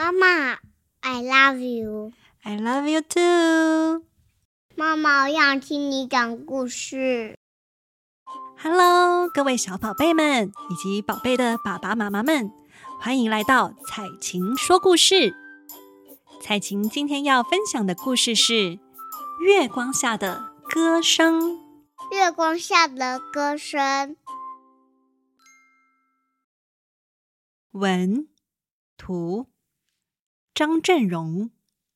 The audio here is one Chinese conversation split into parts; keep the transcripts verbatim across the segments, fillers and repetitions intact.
妈妈 I love you I love you too。 妈妈，我想听你讲故事。 Hello， 各位小宝贝们以及宝贝的爸爸妈妈们，欢迎来到彩琴说故事。彩琴今天要分享的故事是月光下的歌声。 月光下的歌声。 文图张振荣。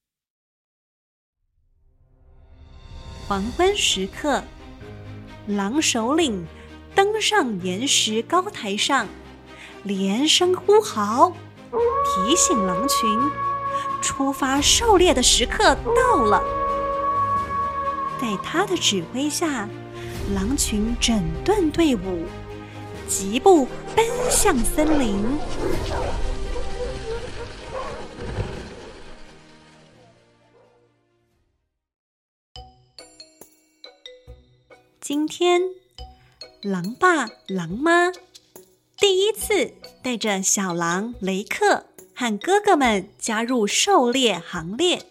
黄昏时刻，狼首领登上岩石高台上，连声呼号，提醒狼群出发狩猎的时刻到了。在他的指挥下，狼群整顿队伍，疾步奔向森林。今天，狼爸狼妈第一次带着小狼雷克和哥哥们加入狩猎行列。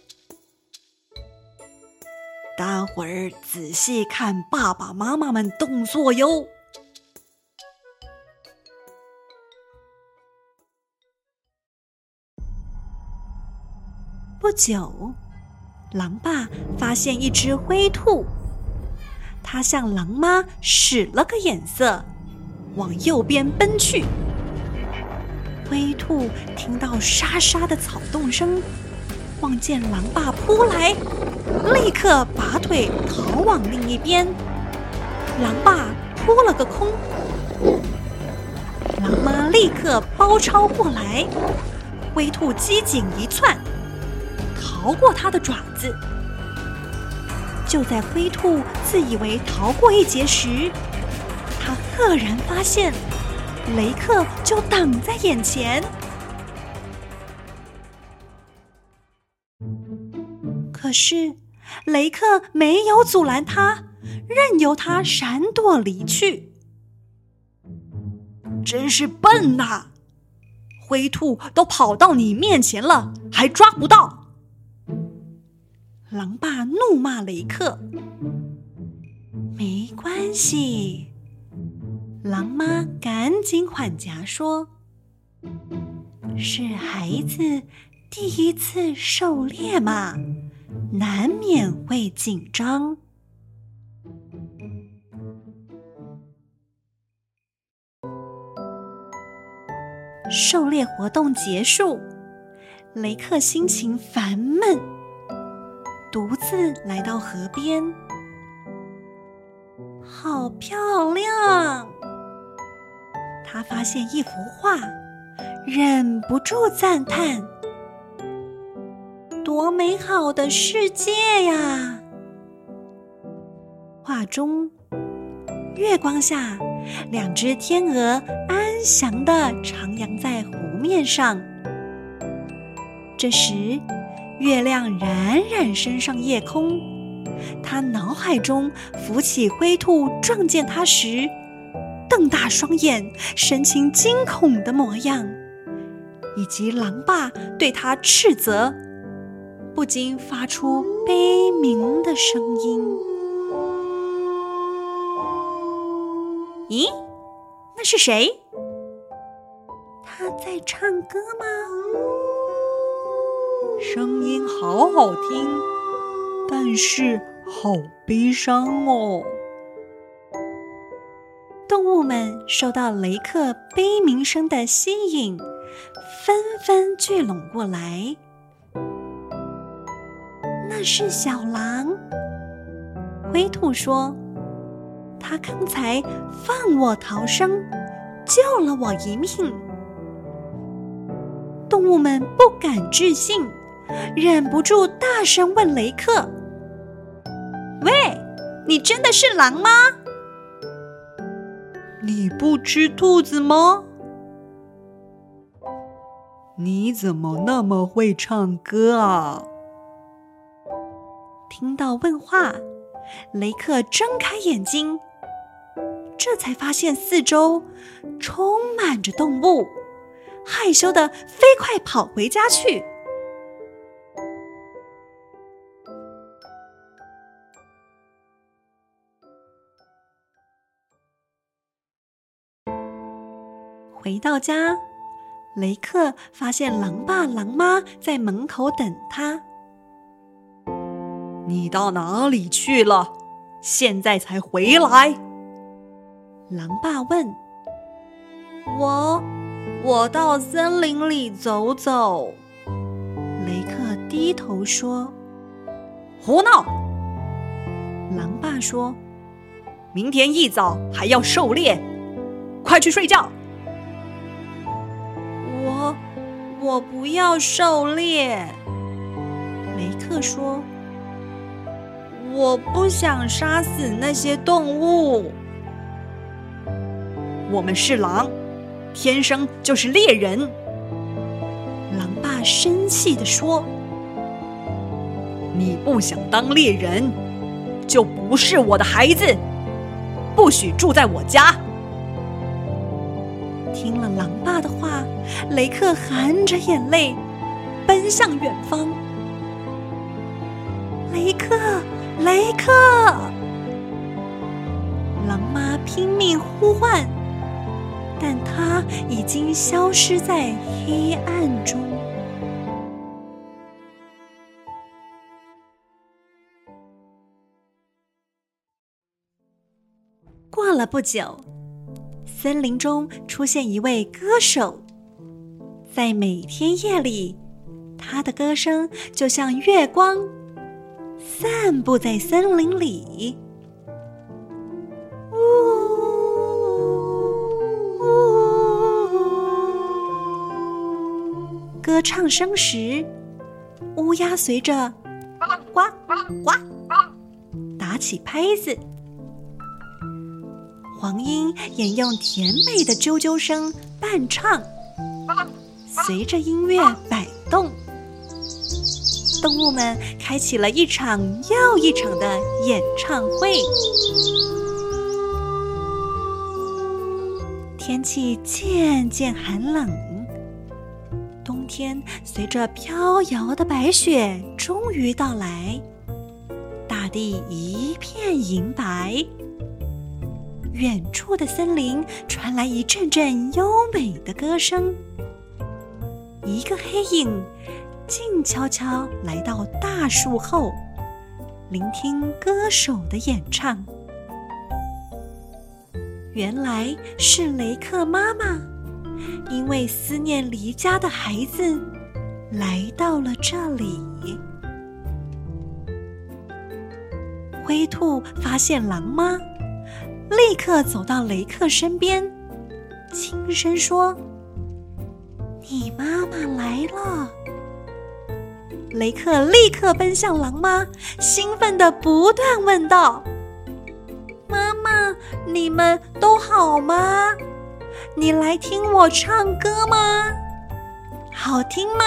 待会儿仔细看爸爸妈妈们动作哟。不久，狼爸发现一只灰兔，他向狼妈使了个眼色，往右边奔去。灰兔听到沙沙的草动声，望见狼爸扑来，立刻拔腿逃往另一边。狼爸扑了个空，狼妈立刻包抄过来，灰兔机警一窜，逃过他的爪子。就在灰兔自以为逃过一劫时，他赫然发现雷克就挡在眼前。可是雷克没有阻拦他，任由他闪躲离去。真是笨呐！灰兔都跑到你面前了，还抓不到！狼爸怒骂雷克。没关系，狼妈赶紧缓颊说，是孩子第一次狩猎嘛，难免会紧张。狩猎活动结束，雷克心情烦闷，独自来到河边。好漂亮！他发现一幅画，忍不住赞叹：多美好的世界呀！画中，月光下，两只天鹅安详地徜徉在湖面上。这时，月亮冉冉升上夜空，他脑海中浮起灰兔撞见他时瞪大双眼神情惊恐的模样，以及狼爸对他斥责，不禁发出悲鸣的声音。咦，那是谁？他在唱歌吗？声音好好听，但是好悲伤哦。动物们受到雷克悲鸣声的吸引，纷纷聚拢过来。那是小狼，灰兔说，他刚才放我逃生，救了我一命。动物们不敢置信，忍不住大声问雷克，喂，你真的是狼吗？你不吃兔子吗？你怎么那么会唱歌啊？听到问话，雷克睁开眼睛，这才发现四周充满着动物，害羞地飞快跑回家去。 回到家，雷克发现狼爸狼妈在门口等他。你到哪里去了？现在才回来？狼爸问。我我到森林里走走。雷克低头说。胡闹！狼爸说，明天一早还要狩猎，快去睡觉。我我不要狩猎。雷克说，我不想杀死那些动物。我们是狼，天生就是猎人。狼爸生气地说，你不想当猎人，就不是我的孩子，不许住在我家。听了狼爸的话，雷克含着眼泪奔向远方。雷克，雷克！狼妈拼命呼唤，但他已经消失在黑暗中。过了不久，森林中出现一位歌手，在每天夜里，他的歌声就像月光，散布在森林里。歌唱声时，乌鸦随着呱呱打起拍子，黄莺也用甜美的啾啾声伴唱，随着音乐摆动。动物们开启了一场又一场的演唱会。天气渐渐寒冷，冬天随着飘摇的白雪终于到来，大地一片银白。远处的森林传来一阵阵优美的歌声，一个黑影静悄悄来到大树后，聆听歌手的演唱。原来是雷克妈妈，因为思念离家的孩子，来到了这里。灰兔发现狼妈，立刻走到雷克身边，轻声说：“你妈妈来了。”雷克立刻奔向狼妈，兴奋地不断问道：“妈妈，你们都好吗？你来听我唱歌吗？好听吗？”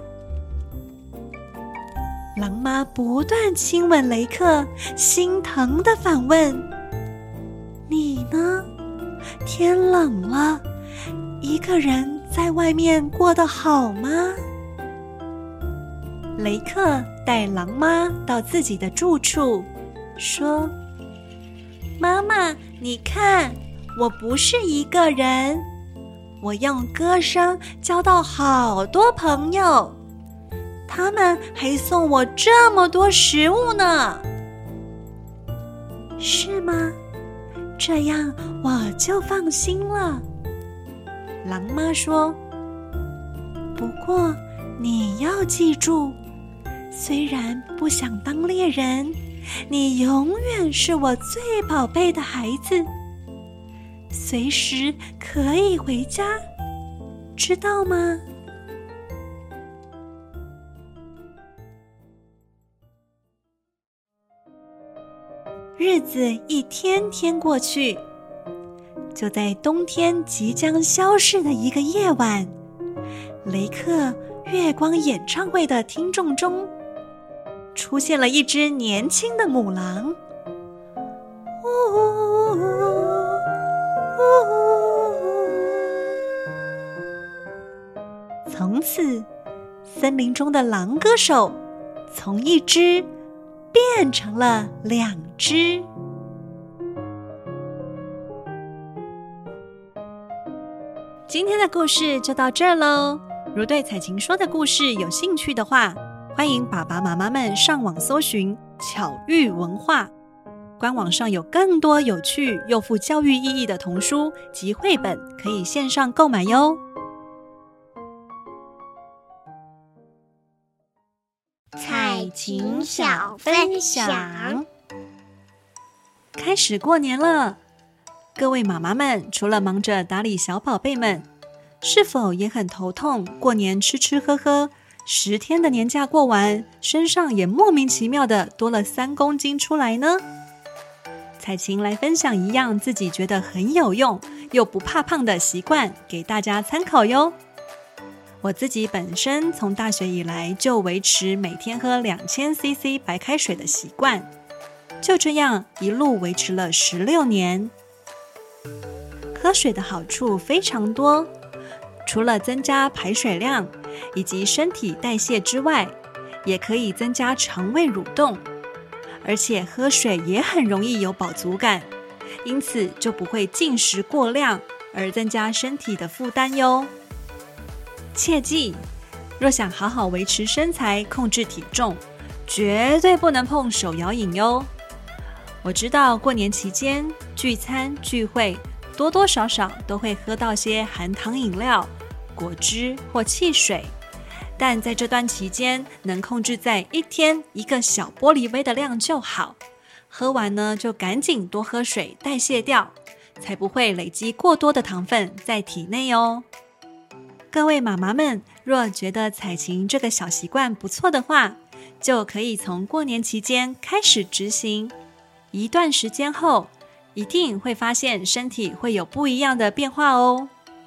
狼妈不断亲吻雷克，心疼地反问：“你呢？天冷了，一个人在外面过得好吗？”雷克带狼妈到自己的住处，说：“妈妈，你看，我不是一个人，我用歌声交到好多朋友，他们还送我这么多食物呢。”“是吗？这样我就放心了。”狼妈说。“不过你要记住，虽然不想当猎人，你永远是我最宝贝的孩子，随时可以回家，知道吗？”日子一天天过去，就在冬天即将消逝的一个夜晚，雷克月光演唱会的听众中出现了一只年轻的母狼。呜呜呜，从此，森林中的狼歌手从一只变成了两只。 今天的故事就到这儿咯。如对彩琴说的故事有兴趣的话，欢迎爸爸妈妈们上网搜寻巧育文化，官网上有更多有趣又富教育意义的童书及绘本，可以线上购买哟。 彩琴小分享， 开始过年了，各位妈妈们除了忙着打理小宝贝们，是否也很头痛？过年吃吃喝喝，十天的年假过完，身上也莫名其妙的多了三公斤出来呢？彩琴来分享一样自己觉得很有用又不怕胖的习惯给大家参考哟。我自己本身从大学以来就维持每天喝两千 C C 白开水的习惯，就这样一路维持了十六年。喝水的好处非常多，除了增加排水量以及身体代谢之外，也可以增加肠胃蠕动，而且喝水也很容易有饱足感，因此就不会进食过量而增加身体的负担哟。切记，若想好好维持身材、控制体重，绝对不能碰手摇饮哟。我知道过年期间聚餐聚会，多多少少都会喝到些含糖饮料、果汁或汽水，但在这段期间能控制在一天一个小玻璃杯的量就好，喝完呢就赶紧多喝水代谢掉，才不会累积过多的糖分在体内哦。各位妈妈们，若觉得彩琴这个小习惯不错的话，就可以从过年期间开始执行，一段时间后一定会发现身体会有不一样的变化哦。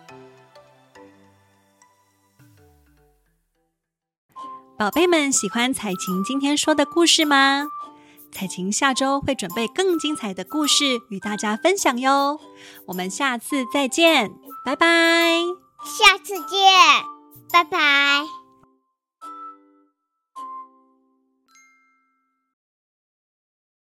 宝贝们喜欢彩琴今天说的故事吗？彩琴下周会准备更精彩的故事与大家分享哟。我们下次再见，拜拜。 下次见，拜拜。